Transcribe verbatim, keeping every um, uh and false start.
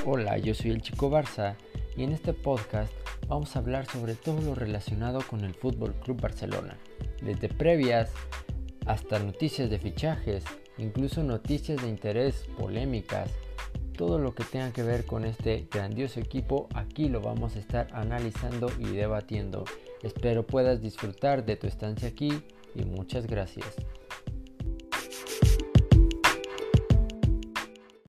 Hola, yo soy el Chico Barça y en este podcast vamos a hablar sobre todo lo relacionado con el Fútbol Club Barcelona, desde previas hasta noticias de fichajes, incluso noticias de interés, polémicas, todo lo que tenga que ver con este grandioso equipo, aquí lo vamos a estar analizando y debatiendo. Espero puedas disfrutar de tu estancia aquí y muchas gracias.